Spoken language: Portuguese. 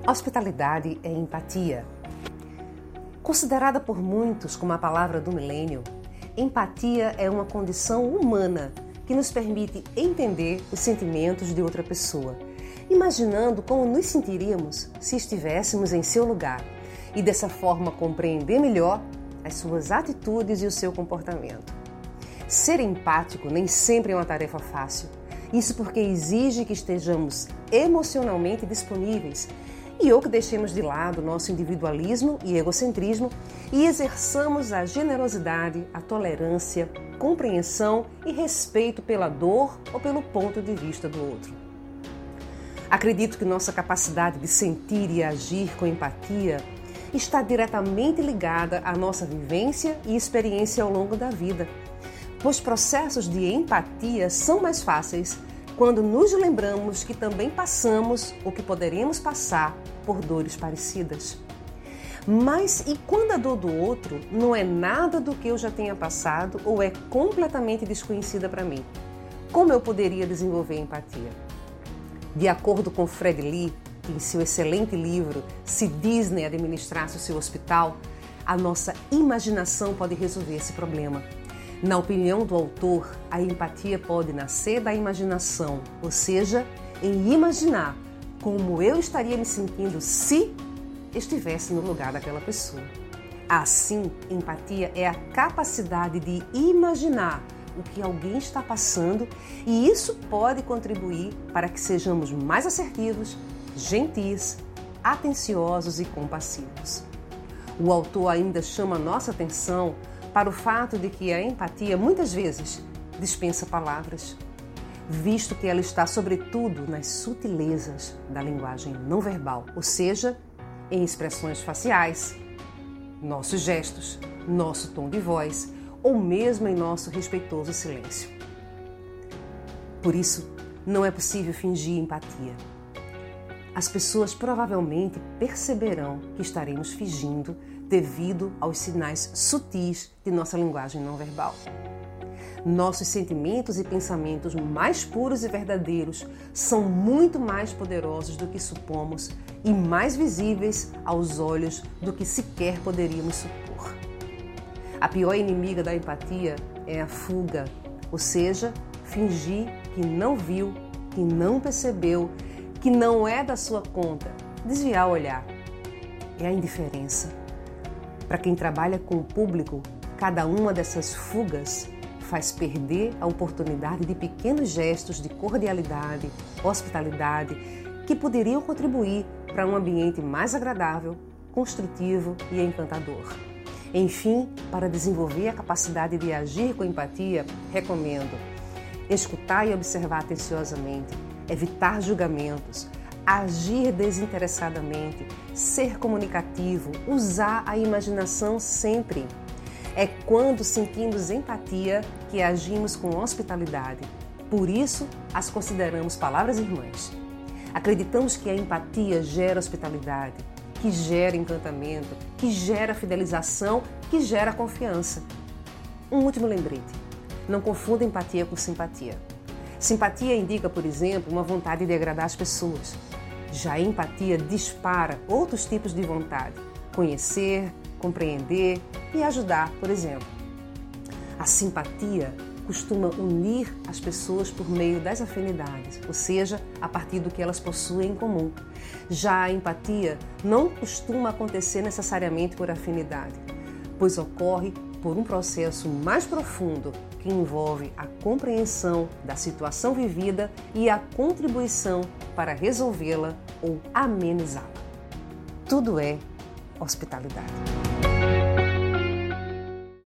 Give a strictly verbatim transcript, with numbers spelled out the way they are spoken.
Hospitalidade é empatia. Considerada por muitos como a palavra do milênio, empatia é uma condição humana que nos permite entender os sentimentos de outra pessoa, imaginando como nos sentiríamos se estivéssemos em seu lugar e dessa forma compreender melhor as suas atitudes e o seu comportamento. Ser empático nem sempre é uma tarefa fácil, isso porque exige que estejamos emocionalmente disponíveis e ou que deixemos de lado nosso individualismo e egocentrismo e exerçamos a generosidade, a tolerância, compreensão e respeito pela dor ou pelo ponto de vista do outro. Acredito que nossa capacidade de sentir e agir com empatia está diretamente ligada à nossa vivência e experiência ao longo da vida, pois processos de empatia são mais fáceis quando nos lembramos que também passamos ou que poderemos passar por dores parecidas. Mas e quando a dor do outro não é nada do que eu já tenha passado ou é completamente desconhecida para mim? Como eu poderia desenvolver empatia? De acordo com Fred Lee, em seu excelente livro Se Disney Administrasse o Seu Hospital, a nossa imaginação pode resolver esse problema. Na opinião do autor, a empatia pode nascer da imaginação, ou seja, em imaginar como eu estaria me sentindo se estivesse no lugar daquela pessoa. Assim, empatia é a capacidade de imaginar o que alguém está passando e isso pode contribuir para que sejamos mais assertivos, gentis, atenciosos e compassivos. O autor ainda chama nossa atenção para o fato de que a empatia muitas vezes dispensa palavras, visto que ela está sobretudo nas sutilezas da linguagem não verbal, ou seja, em expressões faciais, nossos gestos, nosso tom de voz ou mesmo em nosso respeitoso silêncio. Por isso, não é possível fingir empatia. As pessoas provavelmente perceberão que estaremos fingindo devido aos sinais sutis de nossa linguagem não verbal. Nossos sentimentos e pensamentos mais puros e verdadeiros são muito mais poderosos do que supomos e mais visíveis aos olhos do que sequer poderíamos supor. A pior inimiga da empatia é a fuga, ou seja, fingir que não viu, que não percebeu, que não é da sua conta, desviar o olhar. É a indiferença. Para quem trabalha com o público, cada uma dessas fugas faz perder a oportunidade de pequenos gestos de cordialidade, hospitalidade, que poderiam contribuir para um ambiente mais agradável, construtivo e encantador. Enfim, para desenvolver a capacidade de agir com empatia, recomendo escutar e observar atenciosamente, evitar julgamentos, agir desinteressadamente, ser comunicativo, usar a imaginação sempre. É quando sentimos empatia que agimos com hospitalidade. Por isso, as consideramos palavras irmãs. Acreditamos que a empatia gera hospitalidade, que gera encantamento, que gera fidelização, que gera confiança. Um último lembrete. Não confunda empatia com simpatia. Simpatia indica, por exemplo, uma vontade de agradar as pessoas. Já a empatia dispara outros tipos de vontade. Conhecer, compreender e ajudar, por exemplo. A simpatia costuma unir as pessoas por meio das afinidades, ou seja, a partir do que elas possuem em comum. Já a empatia não costuma acontecer necessariamente por afinidade, pois ocorre por um processo mais profundo que envolve a compreensão da situação vivida e a contribuição para resolvê-la ou amenizá-la. Tudo é hospitalidade.